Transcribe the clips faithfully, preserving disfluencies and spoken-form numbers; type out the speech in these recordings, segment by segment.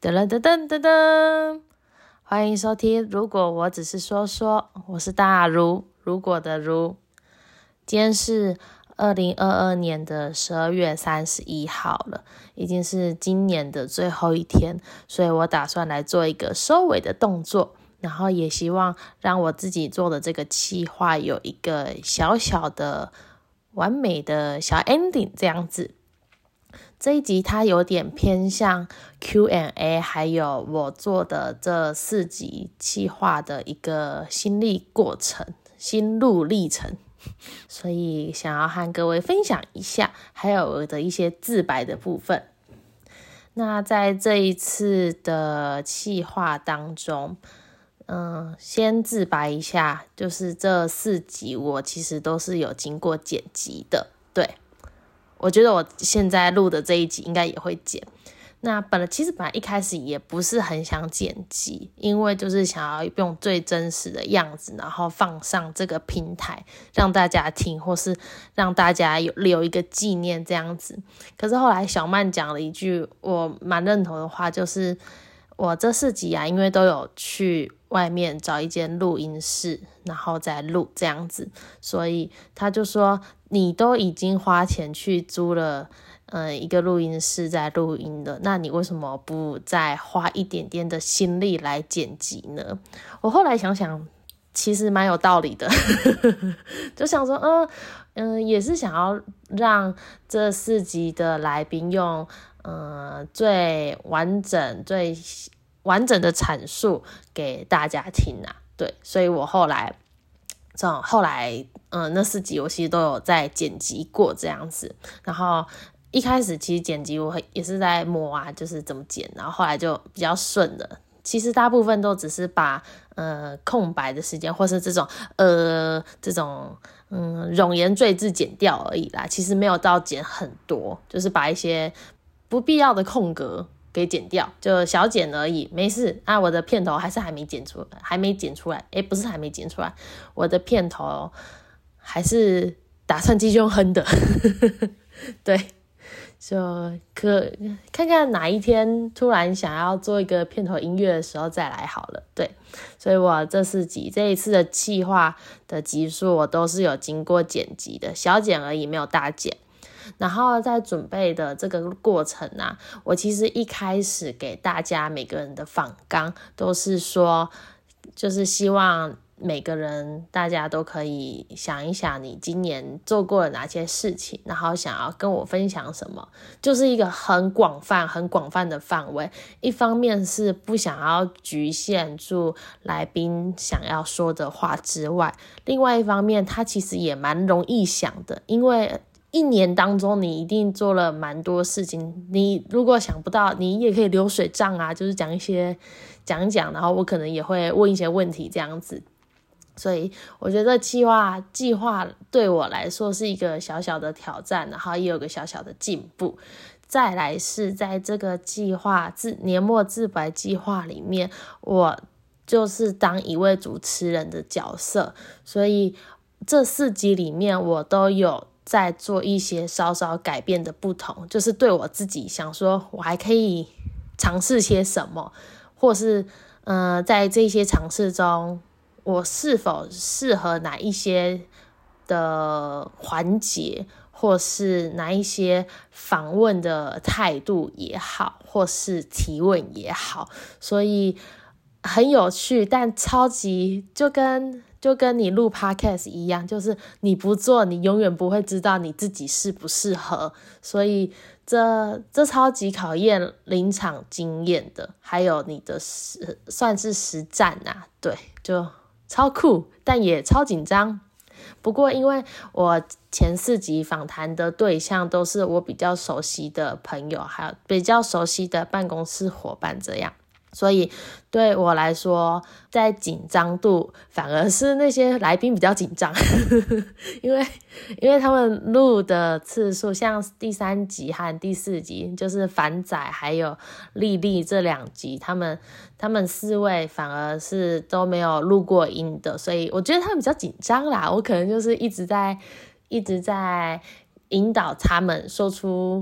噔噔噔噔噔噔，欢迎收听。如果我只是说说，我是大如，如果的如。今天是二零二二年的十二月三十一号了，已经是今年的最后一天，所以我打算来做一个收尾的动作，然后也希望让我自己做的这个企划有一个小小的完美的小 ending 这样子。这一集它有点偏向 Q and A， 还有我做的这四集企划的一个心历过程、心路历程，所以想要和各位分享一下，还有我的一些自白的部分。那在这一次的企划当中，嗯，先自白一下，就是这四集我其实都是有经过剪辑的，对。我觉得我现在录的这一集应该也会剪。那本来其实本来一开始也不是很想剪辑，因为就是想要用最真实的样子，然后放上这个平台让大家听，或是让大家有留一个纪念这样子。可是后来小曼讲了一句我蛮认同的话，就是我这四集啊，因为都有去外面找一间录音室，然后再录这样子，所以他就说你都已经花钱去租了呃一个录音室在录音的，那你为什么不再花一点点的心力来剪辑呢？我后来想想其实蛮有道理的就想说嗯嗯、呃，也是想要让这四集的来宾用呃最完整最完整的阐述给大家听啊，对，所以我后来这种后来嗯那四集我其实都有在剪辑过这样子，然后一开始其实剪辑我也是在摸啊，就是怎么剪，然后后来就比较顺了。其实大部分都只是把呃空白的时间或是这种呃这种嗯冗言赘字剪掉而已啦，其实没有到剪很多，就是把一些不必要的空格给剪掉，就小剪而已，没事啊。我的片头还是还没剪出来，还没剪出来，诶，不是还没剪出来，我的片头还是打算继续用哼的对，就可看看哪一天突然想要做一个片头音乐的时候再来好了。对，所以我这四集这一次的企划的集数我都是有经过剪辑的，小剪而已，没有大剪。然后在准备的这个过程啊，我其实一开始给大家每个人的访纲都是说，就是希望每个人大家都可以想一想你今年做过了哪些事情，然后想要跟我分享什么，就是一个很广泛很广泛的范围。一方面是不想要局限住来宾想要说的话之外，另外一方面它其实也蛮容易想的，因为一年当中你一定做了蛮多事情，你如果想不到你也可以流水账啊，就是讲一些讲一讲，然后我可能也会问一些问题这样子。所以我觉得计划计划对我来说是一个小小的挑战，然后也有个小小的进步。再来是在这个计划自年末自白计划里面，我就是当一位主持人的角色，所以这四集里面我都有在做一些稍稍改变的不同，就是对我自己想说我还可以尝试些什么，或是呃在这些尝试中我是否适合哪一些的环节，或是哪一些访问的态度也好，或是提问也好，所以很有趣，但超级就跟就跟你录 podcast 一样，就是你不做你永远不会知道你自己适不适合，所以这这超级考验临场经验的，还有你的实算是实战啊，对，就超酷，但也超紧张。不过因为我前四集访谈的对象都是我比较熟悉的朋友，还有比较熟悉的办公室伙伴这样，所以对我来说在紧张度反而是那些来宾比较紧张因为因为他们录的次数，像第三集和第四集就是凡仔还有丽丽这两集，他们他们四位反而是都没有录过音的，所以我觉得他们比较紧张啦，我可能就是一直在一直在引导他们说出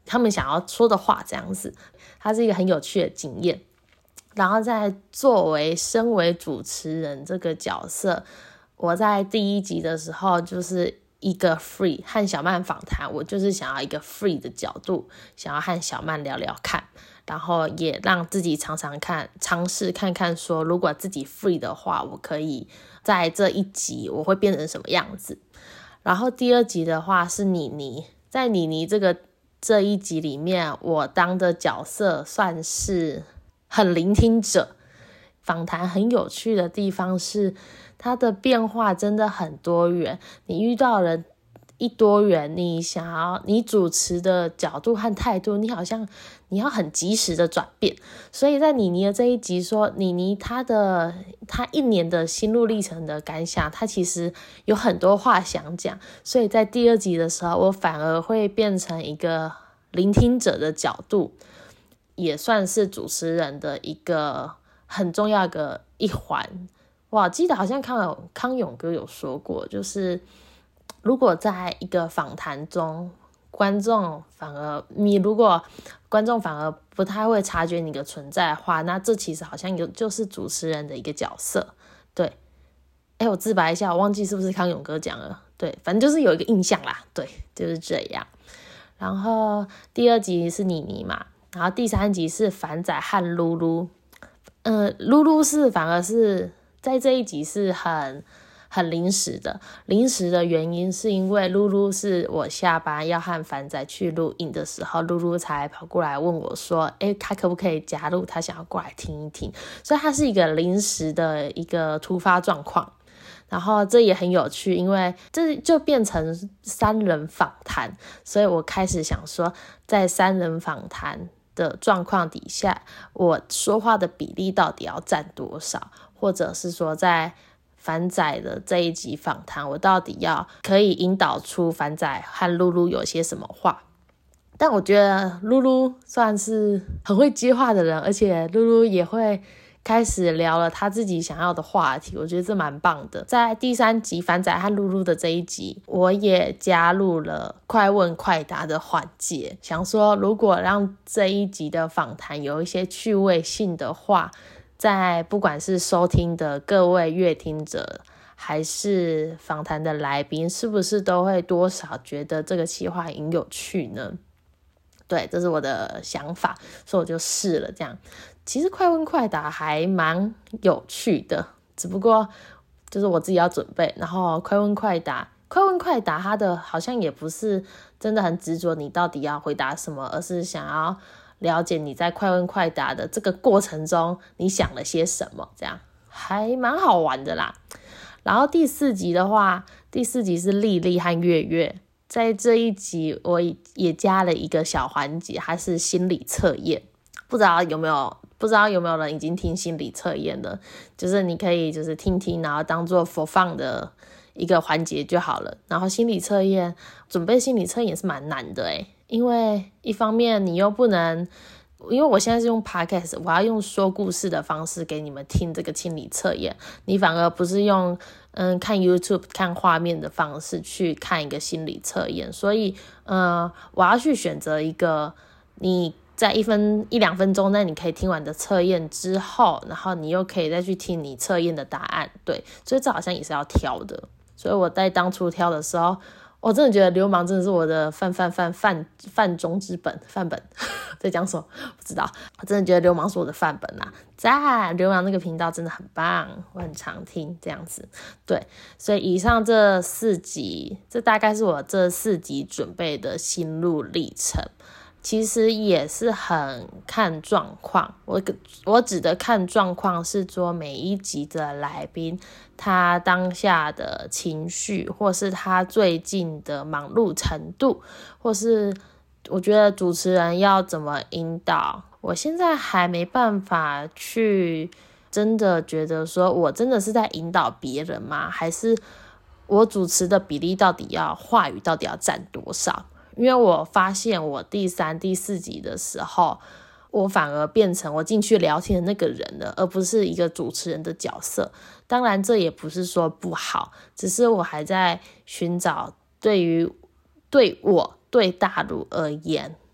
他们想要说的话这样子，它是一个很有趣的经验。然后在作为身为主持人这个角色，我在第一集的时候就是一个 free 和小曼访谈，我就是想要一个 free 的角度，想要和小曼聊聊看，然后也让自己常常看尝试看看说，如果自己 free 的话，我可以在这一集我会变成什么样子。然后第二集的话是妮妮，在妮妮这个这一集里面，我当的角色算是很聆听者。访谈很有趣的地方是它的变化真的很多元，你遇到人一多元，你想要你主持的角度和态度，你好像你要很及时的转变。所以在妮妮的这一集说，妮妮她的她一年的心路历程的感想，她其实有很多话想讲，所以在第二集的时候，我反而会变成一个聆听者的角度，也算是主持人的一个很重要的一环。哇，记得好像康永康永哥有说过，就是如果在一个访谈中，观众反而你如果观众反而不太会察觉你的存在的话，那这其实好像有就是主持人的一个角色。对，哎，我自白一下，我忘记是不是康永哥讲了。对，反正就是有一个印象啦。对，就是这样。然后第二集是妮妮嘛，然后第三集是凡仔和露露。呃，露露是反而是在这一集是很很临时的，临时的原因是因为露露是我下班要和凡仔去录影的时候，露露才跑过来问我说，诶，他可不可以加入，他想要过来听一听，所以他是一个临时的一个突发状况。然后这也很有趣，因为这就变成三人访谈，所以我开始想说，在三人访谈的状况底下，我说话的比例到底要占多少，或者是说在凡仔的这一集访谈，我到底要可以引导出凡仔和露露有些什么话。但我觉得露露算是很会接话的人，而且露露也会开始聊了他自己想要的话题，我觉得这蛮棒的。在第三集凡仔和露露的这一集，我也加入了快问快答的环节，想说如果让这一集的访谈有一些趣味性的话，在不管是收听的各位乐听者还是访谈的来宾，是不是都会多少觉得这个企划很有趣呢？对，这是我的想法，所以我就试了这样。其实快问快答还蛮有趣的，只不过就是我自己要准备，然后快问快答快问快答它的好像也不是真的很执着你到底要回答什么，而是想要了解你在快问快答的这个过程中你想了些什么，这样还蛮好玩的啦。然后第四集的话，第四集是丽丽和月月，在这一集我也加了一个小环节，它是心理测验，不知道有没有不知道有没有人已经听心理测验了，就是你可以就是听听，然后当做 for fun 的一个环节就好了。然后心理测验，准备心理测验也是蛮难的诶，因为一方面你又不能，因为我现在是用 podcast， 我要用说故事的方式给你们听这个心理测验，你反而不是用嗯看 YouTube 看画面的方式去看一个心理测验，所以呃我要去选择一个你在一分一两分钟内你可以听完的测验之后，然后你又可以再去听你测验的答案。对，所以这好像也是要挑的。所以我在当初挑的时候，我真的觉得流氓真的是我的范范范范范中之本范本在讲什么不知道，我真的觉得流氓是我的范本啦，赞！流氓那个频道真的很棒，我很常听这样子。对，所以以上这四集，这大概是我这四集准备的心路历程。其实也是很看状况，我我指的看状况是说每一集的来宾他当下的情绪，或是他最近的忙碌程度，或是我觉得主持人要怎么引导。我现在还没办法去真的觉得说我真的是在引导别人吗？还是我主持的比例到底要话语到底要占多少？因为我发现我第三、第四集的时候，我反而变成我进去聊天的那个人了，而不是一个主持人的角色。当然这也不是说不好，只是我还在寻找对于对我对大陆而言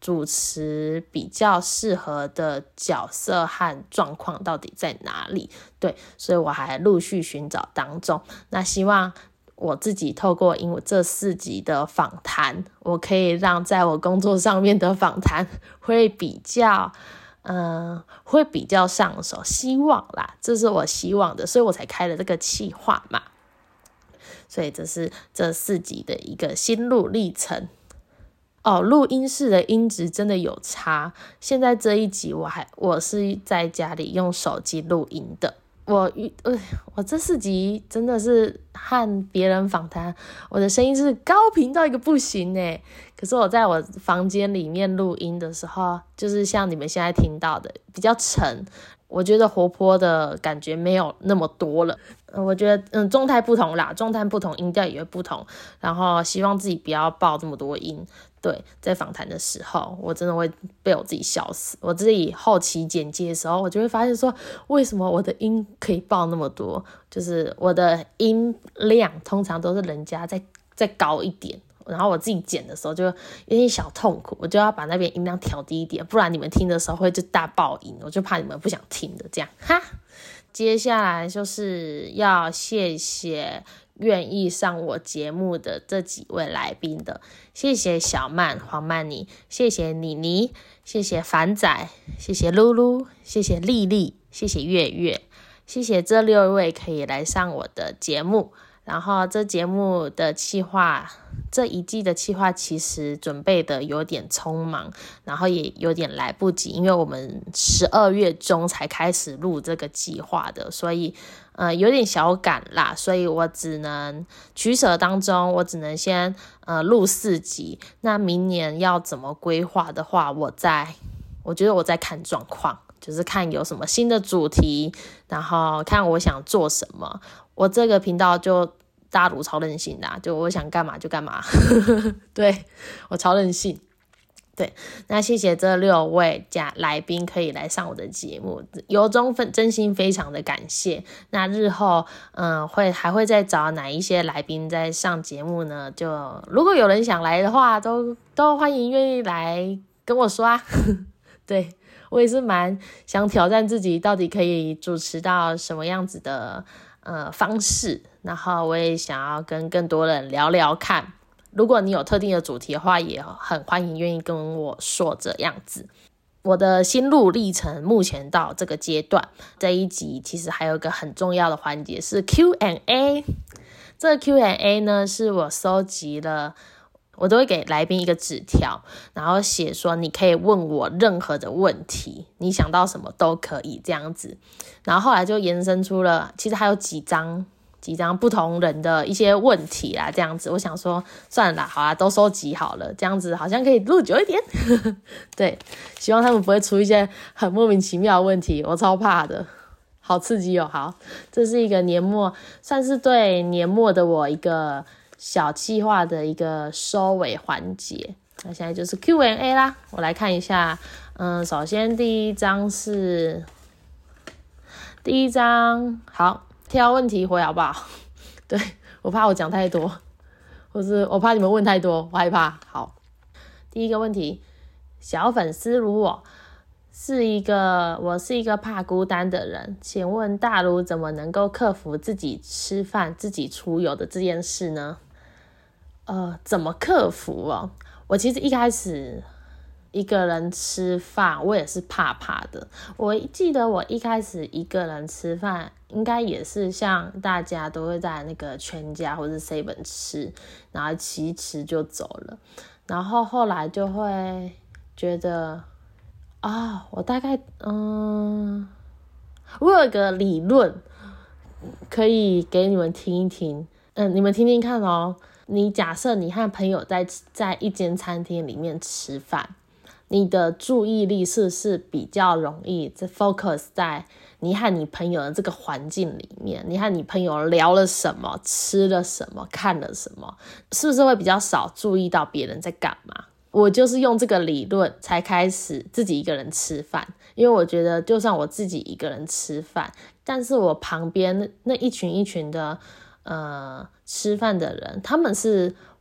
主持比较适合的角色和状况到底在哪里。对，所以我还陆续寻找当中。那希望我自己透过因为这四集的访谈，我可以让在我工作上面的访谈会比较嗯，会比较上手，希望啦，这是我希望的，所以我才开了这个企划嘛。所以这是这四集的一个心路历程。哦，录音室的音质真的有差。现在这一集我还我是在家里用手机录音的。我呃我这四集真的是和别人访谈，我的声音是高频到一个不行耶。可是我在我房间里面录音的时候，就是像你们现在听到的比较沉，我觉得活泼的感觉没有那么多了。呃、我觉得嗯状态不同啦，状态不同，音调也会不同。然后希望自己不要爆这么多音。对，在访谈的时候，我真的会被我自己笑死。我自己后期剪辑的时候，我就会发现说，为什么我的音可以爆那么多？就是我的音量通常都是人家再再高一点，然后我自己剪的时候就有点小痛苦，我就要把那边音量调低一点，不然你们听的时候会就大爆音，我就怕你们不想听的这样哈。接下来就是要谢谢愿意上我节目的这几位来宾的，谢谢小曼、黄曼妮，谢谢妮妮，谢谢凡仔，谢谢露露，谢谢丽丽，谢谢月月，谢谢这六位可以来上我的节目。然后这节目的企划，这一季的企划其实准备的有点匆忙，然后也有点来不及，因为我们十二月中才开始录这个计划的，所以呃有点小赶啦，所以我只能取舍当中，我只能先呃录四集。那明年要怎么规划的话，我在我觉得我在看状况，就是看有什么新的主题，然后看我想做什么。我这个频道就大如超任性的、啊、就我想干嘛就干嘛对，我超任性。对，那谢谢这六位加来宾可以来上我的节目，由衷真心非常的感谢。那日后嗯会还会再找哪一些来宾在上节目呢？就如果有人想来的话，都都欢迎愿意来跟我说啊对，我也是蛮想挑战自己到底可以主持到什么样子的呃方式，然后我也想要跟更多人聊聊看。如果你有特定的主题的话，也很欢迎愿意跟我说这样子。我的心路历程目前到这个阶段，这一集其实还有一个很重要的环节是 Q and A。 这个 Q and A 呢，是我收集了，我都会给来宾一个纸条，然后写说你可以问我任何的问题，你想到什么都可以这样子。然后后来就延伸出了，其实还有几张几张不同人的一些问题啦，这样子。我想说算了啦，好啦，都收集好了，这样子好像可以录久一点对，希望他们不会出一些很莫名其妙的问题，我超怕的，好刺激哦。好，这是一个年末，算是对年末的我一个小企划的一个收尾环节。那现在就是 Q and A 啦，我来看一下。嗯，首先第一张是第一张，好，挑问题回好不好？对，我怕我讲太多，或是我怕你们问太多，我害怕。好，第一个问题，小粉丝如我是一个我是一个怕孤单的人，请问大如怎么能够克服自己吃饭、自己出游的这件事呢？呃，怎么克服哦？我其实一开始一个人吃饭，我也是怕怕的。我记得我一开始一个人吃饭，应该也是像大家都会在那个全家或是 seven 吃，然后吃一吃就走了。然后后来就会觉得啊，我大概嗯，我有一个理论可以给你们听一听，嗯，你们听听看哦。你假设你和朋友在在一间餐厅里面吃饭，你的注意力是不是比较容易 focus 在你和你朋友的这个环境里面？你和你朋友聊了什么，吃了什么，看了什么，是不是会比较少注意到别人在干嘛？我就是用这个理论才开始自己一个人吃饭，因为我觉得就算我自己一个人吃饭，但是我旁边那一群一群的呃吃饭的人，他们是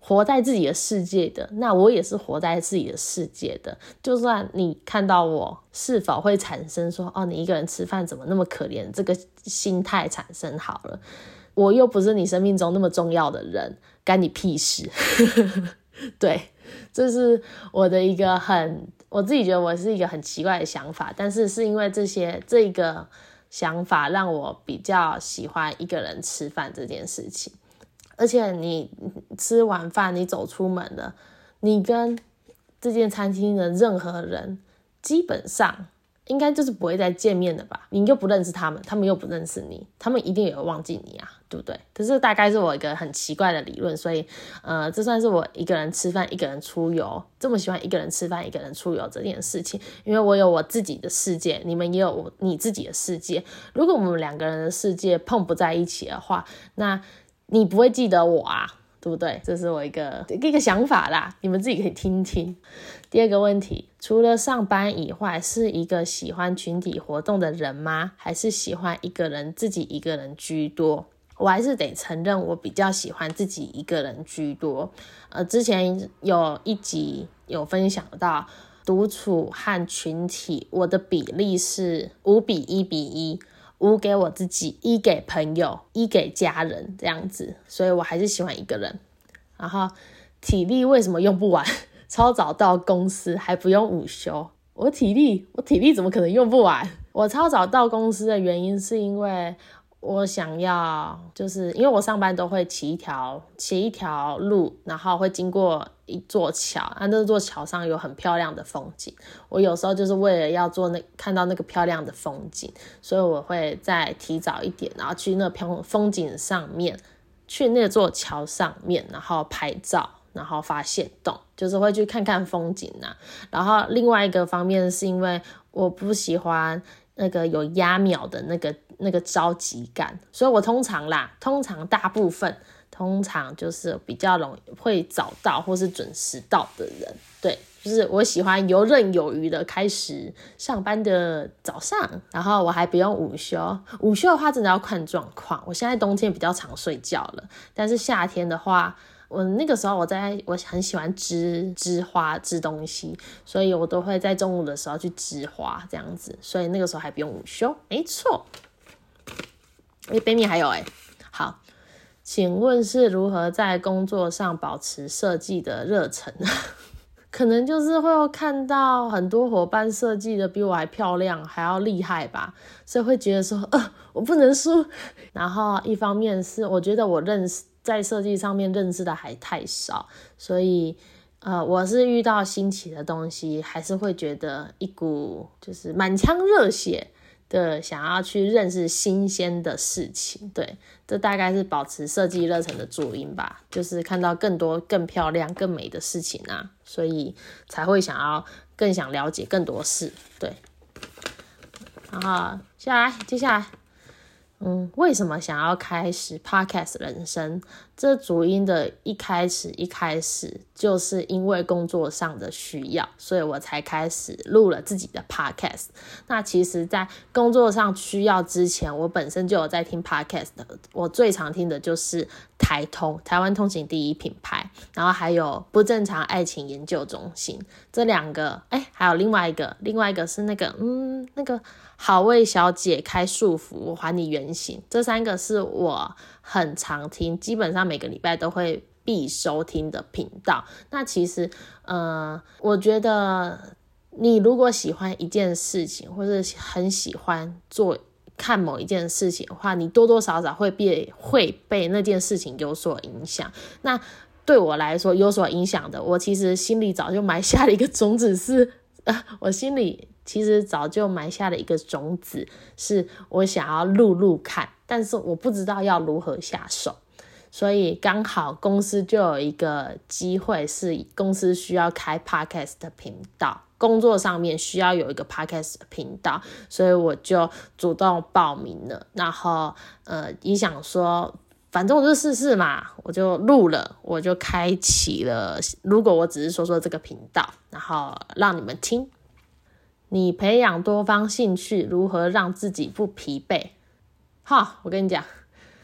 活在自己的世界的，那我也是活在自己的世界的。就算你看到我是否会产生说哦，你一个人吃饭怎么那么可怜这个心态产生好了，我又不是你生命中那么重要的人，干你屁事对，这是我的一个很我自己觉得我是一个很奇怪的想法，但是是因为这些这个想法让我比较喜欢一个人吃饭这件事情。而且你吃完饭你走出门了，你跟这间餐厅的任何人基本上应该就是不会再见面的吧，你又不认识他们，他们又不认识你，他们一定也会忘记你啊，对不对？可是大概是我一个很奇怪的理论，所以呃，这算是我一个人吃饭一个人出游，这么喜欢一个人吃饭一个人出游这件事情，因为我有我自己的世界，你们也有我你自己的世界，如果我们两个人的世界碰不在一起的话，那你不会记得我啊，对不对？这是我一个一个想法啦，你们自己可以听听。第二个问题，除了上班以外，是一个喜欢群体活动的人吗？还是喜欢一个人自己一个人居多？我还是得承认我比较喜欢自己一个人居多。呃，之前有一集有分享到独处和群体，我的比例是五比一比一。五给我自己，一给朋友，一给家人，这样子，所以我还是喜欢一个人。然后体力为什么用不完？超早到公司还不用午休，我体力我体力怎么可能用不完？我超早到公司的原因是因为我想要，就是因为我上班都会骑一条骑一条路，然后会经过一座桥，啊，那座桥上有很漂亮的风景。我有时候就是为了要做那看到那个漂亮的风景，所以我会再提早一点，然后去那个风景上面，去那座桥上面，然后拍照，然后发限动，就是会去看看风景啊。然后另外一个方面是因为我不喜欢那个有压秒的那个那个着急感，所以我通常啦，通常大部分通常就是比较容易会早到或是准时到的人，对，就是我喜欢游刃有余的开始上班的早上，然后我还不用午休。午休的话真的要看状况，我现在冬天比较常睡觉了，但是夏天的话，我那个时候我在我很喜欢织织花织东西，所以我都会在中午的时候去织花这样子，所以那个时候还不用午休，没错。诶，北米还有诶，好，请问是如何在工作上保持设计的热忱？可能就是会看到很多伙伴设计的比我还漂亮还要厉害吧，所以会觉得说呃，我不能输。然后一方面是我觉得我认识在设计上面认识的还太少，所以呃，我是遇到新奇的东西还是会觉得一股就是满腔热血的想要去认识新鲜的事情，对，这大概是保持设计热忱的主因吧，就是看到更多更漂亮更美的事情啊，所以才会想要更想了解更多事，对。然后下来接下来嗯，为什么想要开始 Podcast 人生？这主因的一开始一开始就是因为工作上的需要，所以我才开始录了自己的 Podcast。那其实在工作上需要之前，我本身就有在听 Podcast 的，我最常听的就是台通，台湾通勤第一品牌，然后还有不正常爱情研究中心，这两个，哎，还有另外一个，另外一个是那个，嗯，那个好为小姐开束缚，我还你原形，这三个是我很常听，基本上每个礼拜都会必收听的频道。那其实，呃，我觉得你如果喜欢一件事情，或是很喜欢做看某一件事情的话，你多多少少会被会被那件事情有所影响。那对我来说有所影响的，我其实心里早就埋下了一个种子是，呃，我心里其实早就埋下了一个种子，是我想要录录看，但是我不知道要如何下手。所以刚好公司就有一个机会，是公司需要开 Podcast 的频道，工作上面需要有一个 Podcast 的频道，所以我就主动报名了。然后呃，也想说反正我就试试嘛，我就录了，我就开启了如果我只是说说这个频道，然后让你们听。你培养多方兴趣，如何让自己不疲惫？哈，我跟你讲，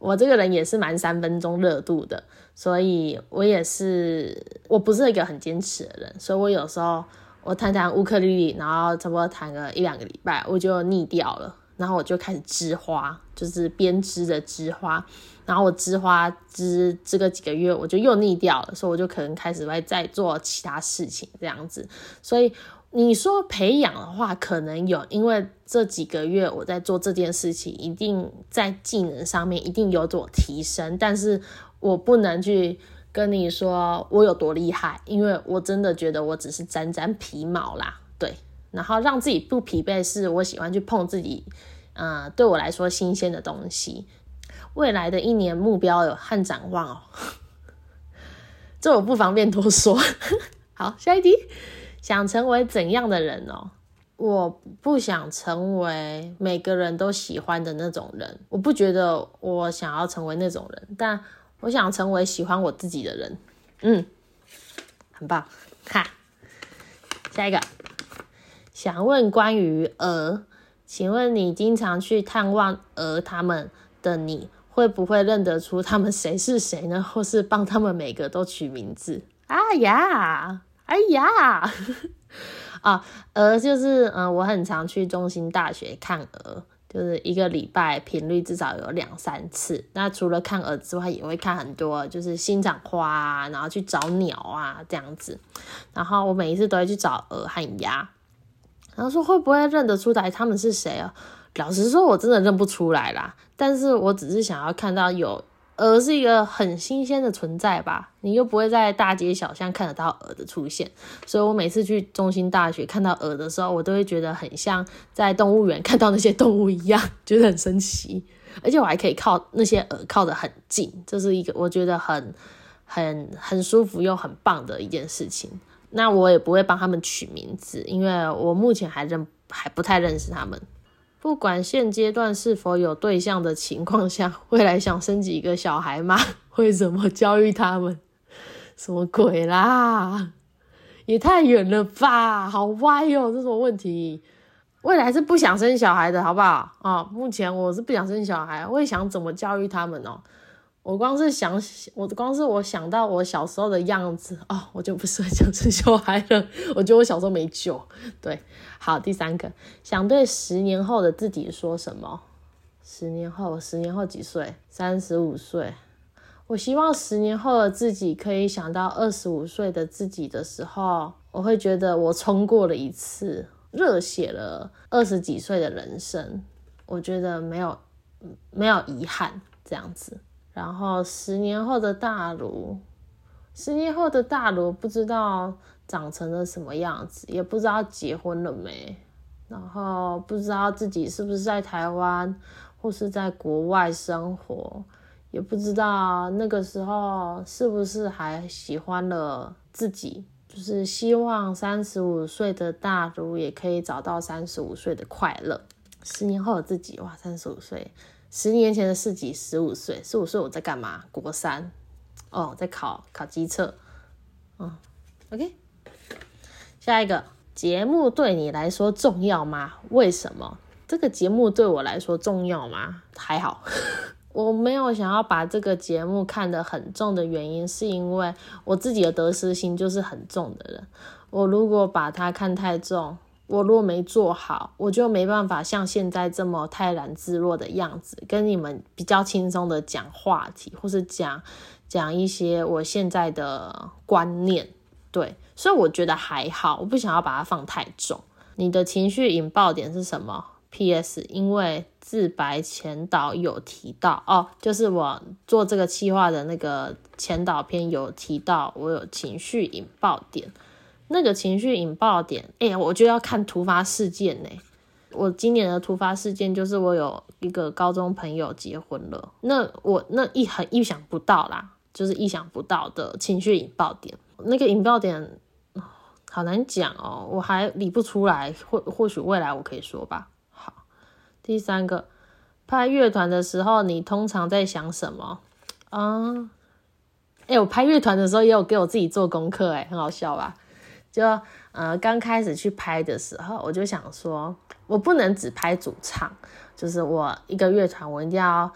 我这个人也是蛮三分钟热度的，所以我也是我不是一个很坚持的人，所以我有时候我弹弹乌克丽丽，然后差不多弹个一两个礼拜我就腻掉了，然后我就开始织花，就是编织的织花，然后我织花织织个几个月我就又腻掉了，所以我就可能开始会再做其他事情这样子。所以你说培养的话可能有，因为这几个月我在做这件事情一定在技能上面一定有所提升，但是我不能去跟你说我有多厉害，因为我真的觉得我只是沾沾皮毛啦，对。然后让自己不疲惫是我喜欢去碰自己呃，对我来说新鲜的东西。未来的一年目标有和展望哦，这我不方便多说。好，下一题，想成为怎样的人哦？我不想成为每个人都喜欢的那种人，我不觉得我想要成为那种人，但我想成为喜欢我自己的人。嗯，很棒。哈，下一个，想问关于鹅，请问你经常去探望鹅他们的你，会不会认得出他们谁是谁呢？或是帮他们每个都取名字？哎呀，哎呀，啊，鹅就是嗯、呃，我很常去中兴大学看鹅，就是一个礼拜频率至少有两三次。那除了看鹅之外，也会看很多就是欣赏花啊，然后去找鸟啊这样子。然后我每一次都会去找鹅和鸭，然后说会不会认得出来他们是谁啊？老实说我真的认不出来啦，但是我只是想要看到有鹅是一个很新鲜的存在吧，你又不会在大街小巷看得到鹅的出现，所以我每次去中兴大学看到鹅的时候，我都会觉得很像在动物园看到那些动物一样，觉得很神奇，而且我还可以靠那些鹅靠得很近，这是一个我觉得很很很舒服又很棒的一件事情。那我也不会帮他们取名字，因为我目前还认还不太认识他们。不管现阶段是否有对象的情况下，未来想生几个小孩吗？会怎么教育他们？什么鬼啦，也太远了吧，好歪哦，这什么问题？未来是不想生小孩的好不好？哦，目前我是不想生小孩，我也想怎么教育他们哦。我光是想，我光是我想到我小时候的样子哦，我就不是很想生小孩了。我觉得我小时候没救。对，好，第三个，想对十年后的自己说什么？十年后，十年后几岁？三十五岁。我希望十年后的自己可以想到二十五岁的自己的时候，我会觉得我冲过了一次，热血了二十几岁的人生，我觉得没有没有遗憾这样子。然后十年后的大如，十年后的大如不知道长成了什么样子，也不知道结婚了没，然后不知道自己是不是在台湾或是在国外生活，也不知道那个时候是不是还喜欢了自己，就是希望三十五岁的大如也可以找到三十五岁的快乐。十年后的自己，哇，三十五岁。十年前的自己十五岁，十五岁我在干嘛？国三哦，在考考基测。嗯 ，OK。下一个节目对你来说重要吗？为什么？这个节目对我来说重要吗？还好。我没有想要把这个节目看得很重的原因，是因为我自己的得失心就是很重的人。我如果把它看太重，我如果没做好，我就没办法像现在这么泰然自若的样子，跟你们比较轻松的讲话题，或是讲讲一些我现在的观念。对，所以我觉得还好，我不想要把它放太重。你的情绪引爆点是什么 ？P S 因为自白前导有提到哦，就是我做这个企划的那个前导片有提到我有情绪引爆点。那个情绪引爆点，哎、欸，我就要看突发事件呢、欸。我今年的突发事件就是我有一个高中朋友结婚了，那我那一很意想不到啦，就是意想不到的情绪引爆点。那个引爆点好难讲哦，我还理不出来，或或许未来我可以说吧。好，第三个，拍乐团的时候，你通常在想什么啊？哎、欸，我拍乐团的时候也有给我自己做功课，哎，很好笑吧？就呃刚开始去拍的时候，我就想说，我不能只拍主唱，就是我一个乐团，我一定要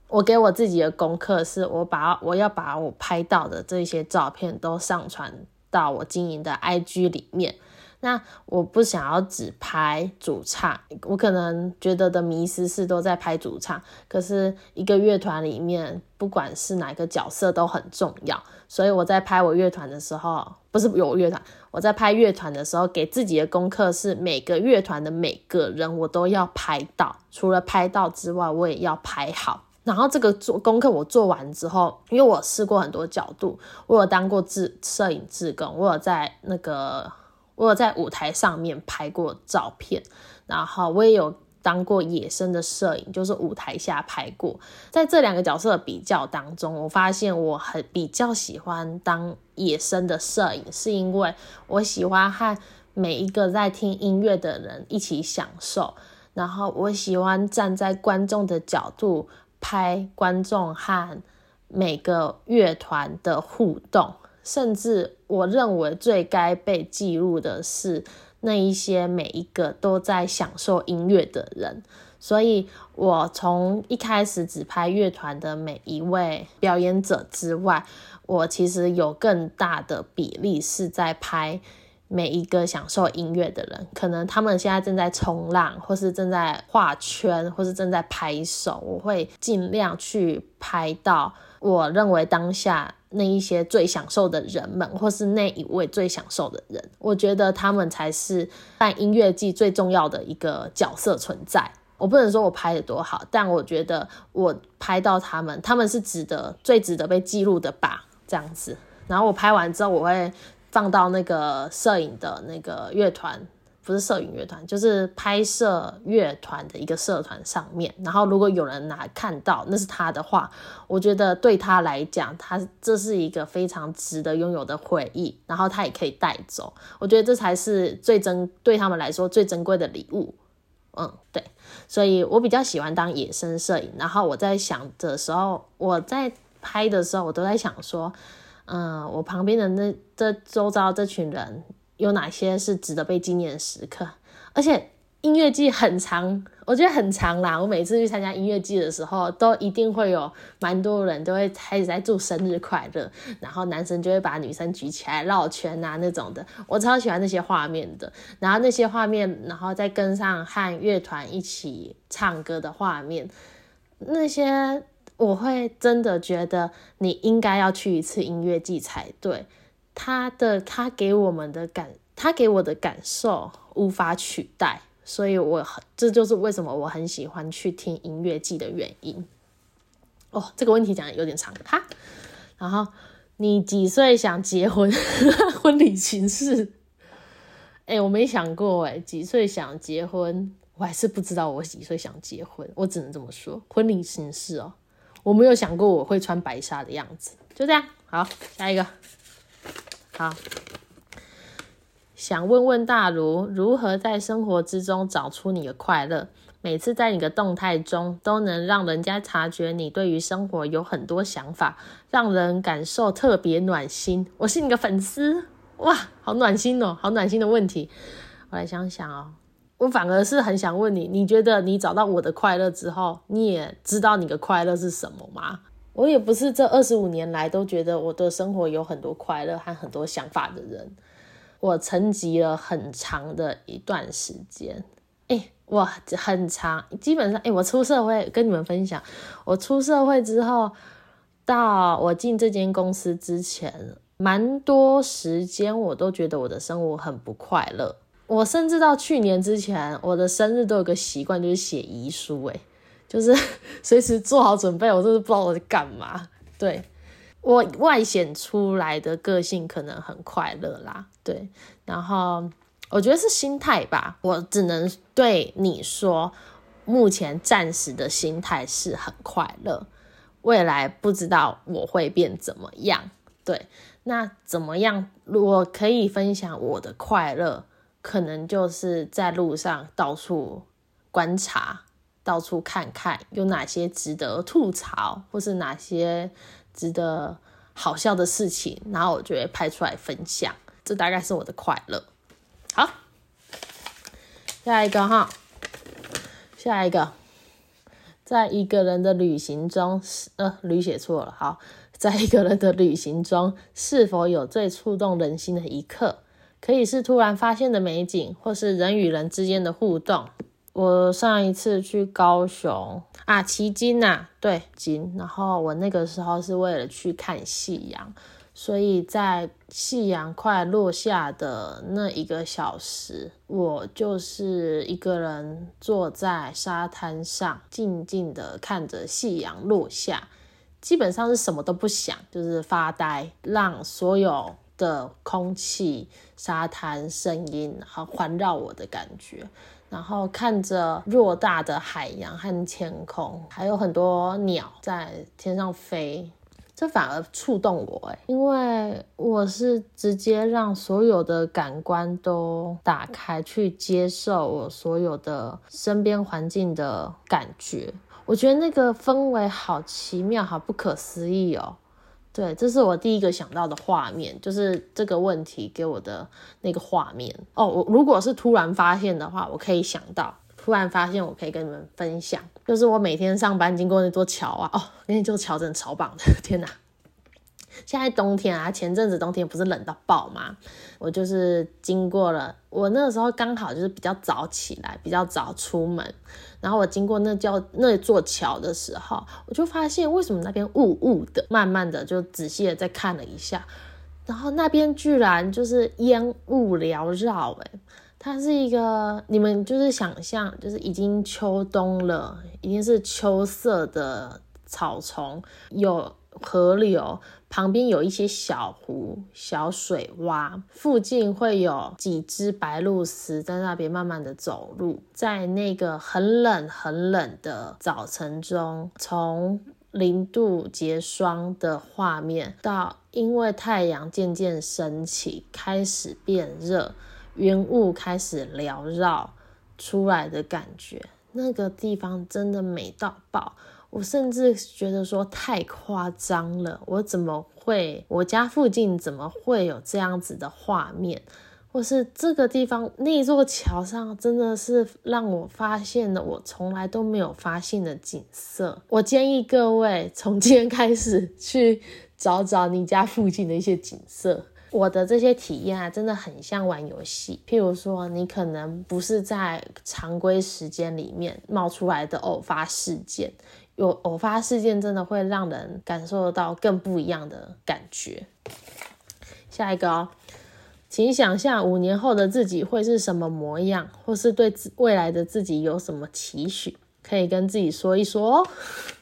我给我自己的功课是我把我要把我拍到的这些照片都上传到我经营的 I G 里面。那我不想要只拍主唱，我可能觉得的迷思是都在拍主唱，可是一个乐团里面不管是哪个角色都很重要，所以我在拍我乐团的时候，不是有乐团，我在拍乐团的时候给自己的功课是每个乐团的每个人我都要拍到，除了拍到之外我也要拍好。然后这个做功课我做完之后，因为我试过很多角度，我有当过志摄影志工，我有在那个我有在舞台上面拍过照片，然后我也有当过野生的摄影，就是舞台下拍过。在这两个角色的比较当中，我发现我很比较喜欢当野生的摄影，是因为我喜欢和每一个在听音乐的人一起享受，然后我喜欢站在观众的角度拍观众和每个乐团的互动，甚至我认为最该被记录的是那一些每一个都在享受音乐的人。所以我从一开始只拍乐团的每一位表演者之外，我其实有更大的比例是在拍每一个享受音乐的人，可能他们现在正在冲浪，或是正在画圈，或是正在拍手，我会尽量去拍到我认为当下那一些最享受的人们，或是那一位最享受的人，我觉得他们才是办音乐季最重要的一个角色存在。我不能说我拍得多好，但我觉得我拍到他们，他们是值得最值得被记录的吧，这样子。然后我拍完之后，我会放到那个摄影的那个乐团，不是摄影乐团，就是拍摄乐团的一个社团上面。然后如果有人拿看到那是他的话，我觉得对他来讲，他这是一个非常值得拥有的回忆，然后他也可以带走。我觉得这才是最珍对他们来说最珍贵的礼物。嗯，对，所以我比较喜欢当野生摄影。然后我在想的时候，我在拍的时候，我都在想说，嗯，我旁边的那这周遭这群人有哪些是值得被纪念的时刻？而且音乐季很长，我觉得很长啦。我每次去参加音乐季的时候，都一定会有蛮多人都会开始在祝生日快乐，然后男生就会把女生举起来绕圈啊那种的，我超喜欢那些画面的。然后那些画面，然后再跟上和乐团一起唱歌的画面，那些我会真的觉得你应该要去一次音乐季才对。他的他给我们的感，他给我的感受无法取代。所以我这就是为什么我很喜欢去听音乐季的原因。哦，这个问题讲的有点长哈。然后你几岁想结婚？婚礼形式？哎，我没想过哎，几岁想结婚？我还是不知道我几岁想结婚，我只能这么说。婚礼形式哦，我没有想过我会穿白纱的样子。就这样，好，下一个。好。想问问大如，如何在生活之中找出你的快乐？每次在你的动态中都能让人家察觉你对于生活有很多想法，让人感受特别暖心。我是你的粉丝，哇，好暖心哦，好暖心的问题。我来想想哦，我反而是很想问你，你觉得你找到我的快乐之后，你也知道你的快乐是什么吗？我也不是这二十五年来都觉得我的生活有很多快乐和很多想法的人。我沉寂了很长的一段时间，欸，我很长，基本上，欸，我出社会，跟你们分享，我出社会之后，到我进这间公司之前，蛮多时间我都觉得我的生活很不快乐。我甚至到去年之前，我的生日都有个习惯，就是写遗书，欸，就是随时做好准备，我真的不知道我在干嘛。对。我外显出来的个性可能很快乐啦，对，然后我觉得是心态吧，我只能对你说，目前暂时的心态是很快乐，未来不知道我会变怎么样，对，那怎么样，我可以分享我的快乐，可能就是在路上到处观察，到处看看有哪些值得吐槽，或是哪些值得好笑的事情，然后我就会拍出来分享，这大概是我的快乐。好，下一个哈，下一个， 在一个人的旅行中，呃，旅写错了，好，在一个人的旅行中，是否有最触动人心的一刻？可以是突然发现的美景，或是人与人之间的互动。我上一次去高雄啊，旗津啊，对，金，然后我那个时候是为了去看夕阳，所以在夕阳快落下的那一个小时，我就是一个人坐在沙滩上，静静的看着夕阳落下，基本上是什么都不想，就是发呆，让所有的空气、沙滩、声音然后环绕我的感觉，然后看着偌大的海洋和天空，还有很多鸟在天上飞，这反而触动我耶，因为我是直接让所有的感官都打开，去接受我所有的身边环境的感觉。我觉得那个氛围好奇妙，好不可思议哦。对，这是我第一个想到的画面，就是这个问题给我的那个画面哦。我如果是突然发现的话，我可以想到，突然发现我可以跟你们分享，就是我每天上班经过那座桥啊，哦，那座桥真的超棒的，天哪！现在冬天啊，前阵子冬天不是冷到爆吗？我就是经过了，我那个时候刚好就是比较早起来，比较早出门，然后我经过那叫那座桥的时候，我就发现为什么那边雾雾的，慢慢的就仔细的再看了一下，然后那边居然就是烟雾缭绕，欸它是一个，你们就是想象，就是已经秋冬了，已经是秋色的草丛，有河流，旁边有一些小湖、小水洼，附近会有几只白鹭鸶在那边慢慢的走路，在那个很冷很冷的早晨中，从零度结霜的画面到因为太阳渐渐升起，开始变热，云雾开始缭绕出来的感觉，那个地方真的美到爆。我甚至觉得说太夸张了，我怎么会，我家附近怎么会有这样子的画面，或是这个地方那座桥上真的是让我发现了我从来都没有发现的景色。我建议各位从今天开始去找找你家附近的一些景色。我的这些体验啊，真的很像玩游戏。譬如说，你可能不是在常规时间里面冒出来的偶发事件，有偶发事件真的会让人感受到更不一样的感觉。下一个哦，请想象五年后的自己会是什么模样，或是对未来的自己有什么期许，可以跟自己说一说哦。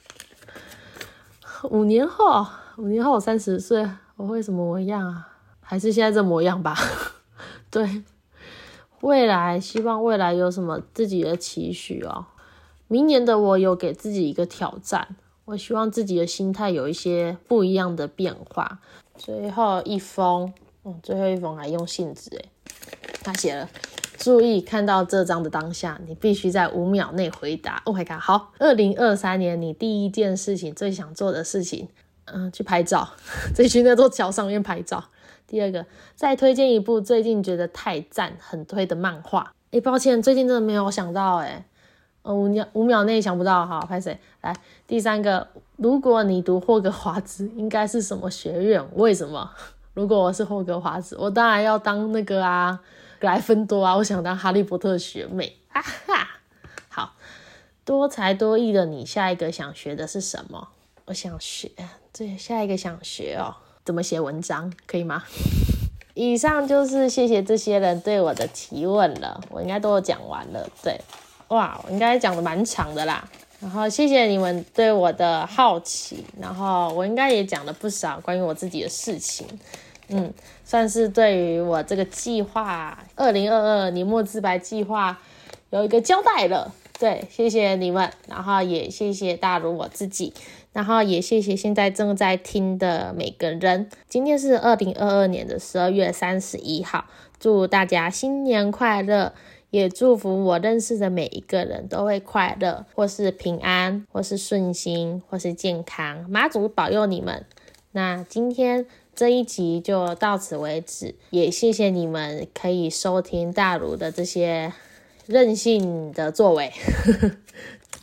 五年后，五年后我三十岁，我会什么模样啊？还是现在这模样吧。对，未来希望未来有什么自己的期许哦。明年的我有给自己一个挑战，我希望自己的心态有一些不一样的变化。最后一封，嗯，最后一封还用信纸诶，他写了，注意看到这张的当下，你必须在五秒内回答。Oh my god， 好，二零二三年你第一件事情，最想做的事情，嗯，去拍照，再去那座桥上面拍照。第二个，再推荐一部最近觉得太赞很推的漫画。诶，抱歉，最近真的没有想到诶，呃，五秒五秒内想不到，好，拍谁？来，第三个，如果你读霍格华兹，应该是什么学院？为什么？如果我是霍格华兹，我当然要当那个啊，格莱芬多啊，我想当哈利波特学妹，哈哈。好，多才多艺的你，下一个想学的是什么？我想学，对，下一个想学哦。怎么写文章可以吗？以上就是谢谢这些人对我的提问了，我应该都有讲完了。对，哇，我应该讲的蛮长的啦。然后谢谢你们对我的好奇，然后我应该也讲了不少关于我自己的事情，嗯，算是对于我这个计划二零二二年末自白计划有一个交代了。对，谢谢你们，然后也谢谢大如我自己，然后也谢谢现在正在听的每个人。今天是二零二二年的十二月三十一号，祝大家新年快乐，也祝福我认识的每一个人都会快乐，或是平安，或是顺心，或是健康，妈祖保佑你们。那今天这一集就到此为止，也谢谢你们可以收听大如的这些任性的作为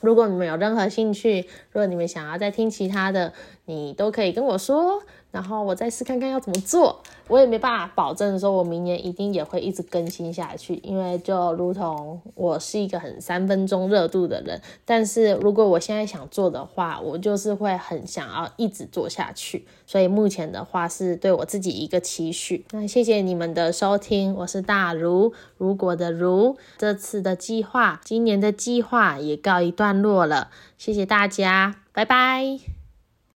如果你们有任何兴趣，如果你们想要再听其他的，你都可以跟我说，然后我再试看看要怎么做。我也没办法保证说我明年一定也会一直更新下去，因为就如同我是一个很三分钟热度的人，但是如果我现在想做的话，我就是会很想要一直做下去，所以目前的话是对我自己一个期许。那谢谢你们的收听，我是大如，如果的如，这次的计划，今年的计划也告一段落了，谢谢大家，拜拜。